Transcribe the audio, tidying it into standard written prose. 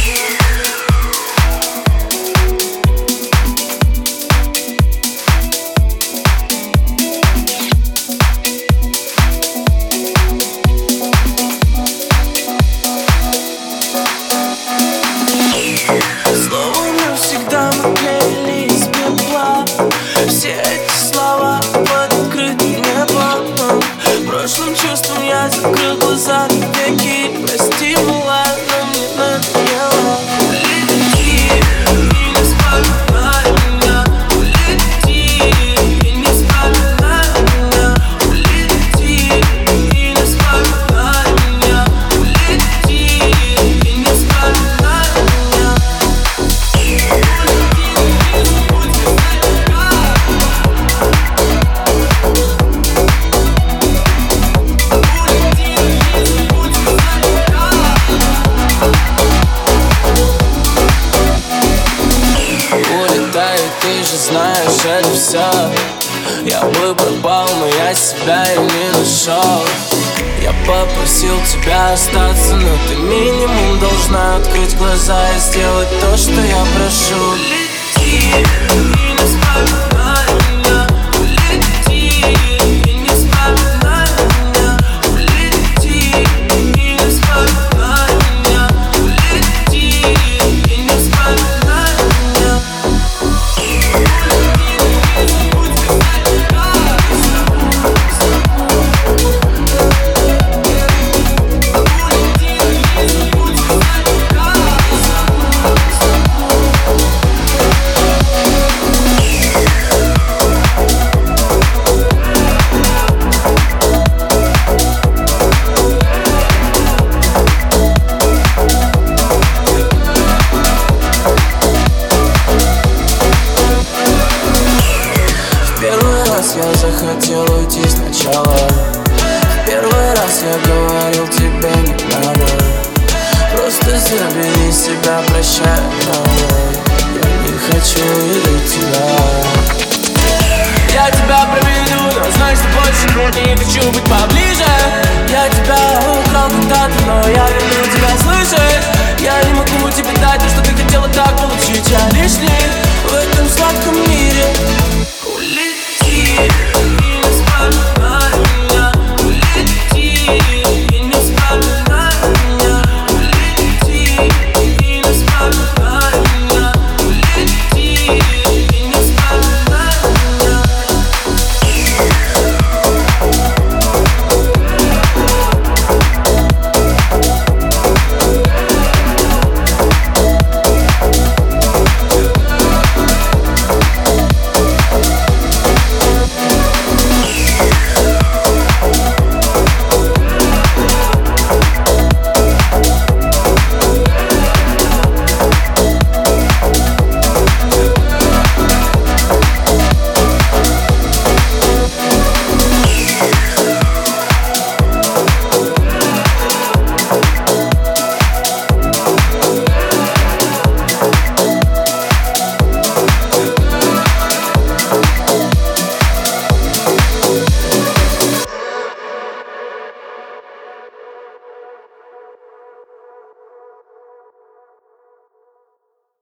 Словно всегда мы клеились пепла. Все эти слова под открытым небом. Прошлым чувством я закрыл глаза навеки. Прости, ладно, мне надоело. Улети и не вспоминай меня. Улети и не вспоминай меня. Улети и не вспоминай меня. Улети и не вспоминай меня. Улетаю, ты же знаешь, это все. Я бы пропал, но я себя и не нашел. Я попросил тебя остаться, но ты минимум должна открыть глаза и сделать то, что я прошу. Улети и не вспоминай меня. Улети и не вспоминай меня. Улети и не вспоминай меня. Улети и не вспоминай меня. Я захотел уйти сначала. В первый раз я говорил тебе не надо. Просто забери себя, прощай, милая. Я не хочу видеть тебя. Я тебя проведу, но знай, что больше не хочу быть поближе. Я тебя украл когда-то, но я верну.